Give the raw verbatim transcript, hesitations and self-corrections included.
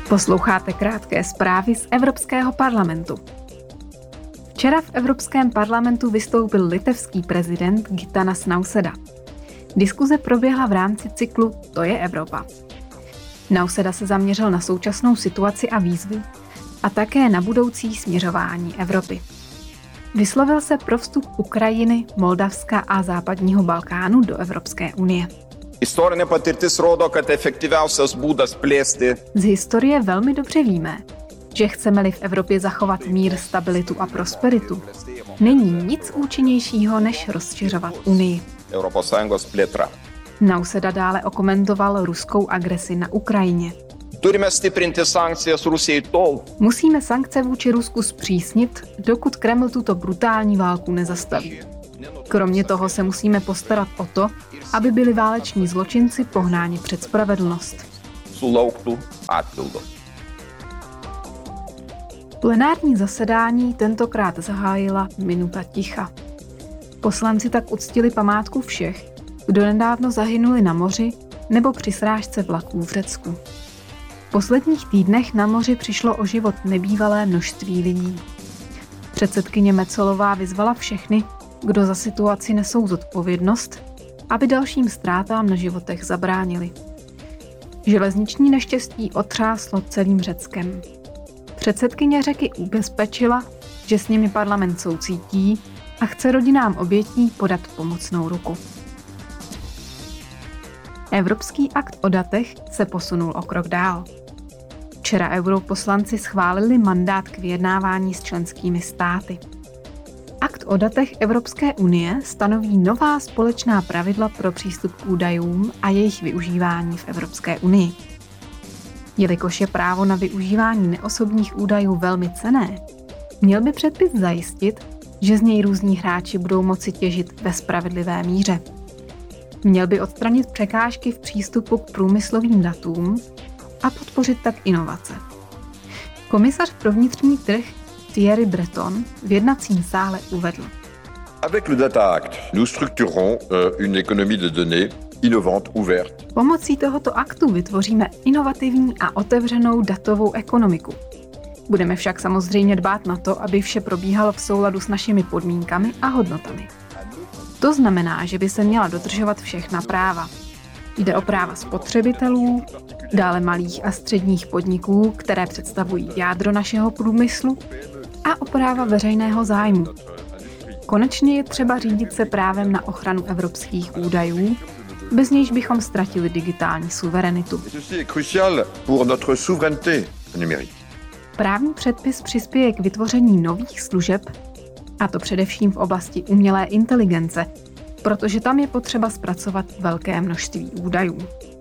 Posloucháte krátké zprávy z Evropského parlamentu. Včera v Evropském parlamentu vystoupil litevský prezident Gitanas Nausėda. Diskuze proběhla v rámci cyklu To je Evropa. Nausėda se zaměřil na současnou situaci a výzvy a také na budoucí směřování Evropy. Vyslovil se pro vstup Ukrajiny, Moldavska a západního Balkánu do Evropské unie. Istorinė patirtis rodo, kad efektyviausias būdas plėsti. Z historie velmi dobře víme, že chceme-li v Evropě zachovat mír, stabilitu a prosperitu, není nic účinnějšího, než rozšiřovat Unii. Europos Sąjungos plėtra. Nausėda dále okomentoval ruskou agresi na Ukrajině. Turime stiprinti sankcijas Rusijai tol. Musíme sankce vůči Rusku zpřísnit, dokud Kreml tuto brutální válku nezastaví. Kromě toho se musíme postarat o to, aby byli váleční zločinci pohnáni před spravedlnost. Sulauktų atpildo. Plenární zasedání tentokrát zahájila minuta ticha. Poslanci tak uctili památku všech, kdo nedávno zahynuli na moři nebo při srážce vlaků v Řecku. V posledních týdnech na moři přišlo o život nebývalé množství lidí. Předsedkyně Metsolová vyzvala všechny, kdo za situaci nesou zodpovědnost, aby dalším ztrátám na životech zabránili. Železniční neštěstí otřáslo celým Řeckem. Předsedkyně řeky ubezpečila, že s nimi parlament soucítí a chce rodinám obětí podat pomocnou ruku. Evropský akt o datech se posunul o krok dál. Včera europoslanci schválili mandát k vyjednávání s členskými státy. Akt o datech Evropské unie stanoví nová společná pravidla pro přístup k údajům a jejich využívání v Evropské unii. Jelikož je právo na využívání neosobních údajů velmi cenné, měl by předpis zajistit, že z něj různí hráči budou moci těžit ve spravedlivé míře. Měl by odstranit překážky v přístupu k průmyslovým datům a podpořit tak inovace. Komisař pro vnitřní trh Thierry Breton v jednacím sále uvedl. Avec le Data Act, nous structurons une économie de données innovante, ouverte. Pomocí tohoto aktu vytvoříme inovativní a otevřenou datovou ekonomiku. Budeme však samozřejmě dbát na to, aby vše probíhalo v souladu s našimi podmínkami a hodnotami. To znamená, že by se měla dodržovat všechna práva. Jde o práva spotřebitelů, dále malých a středních podniků, které představují jádro našeho průmyslu, a o práva veřejného zájmu. Konečně je třeba řídit se právem na ochranu evropských údajů, bez nějž bychom ztratili digitální suverenitu. Právní předpis přispěje k vytvoření nových služeb, a to především v oblasti umělé inteligence, protože tam je potřeba zpracovat velké množství údajů.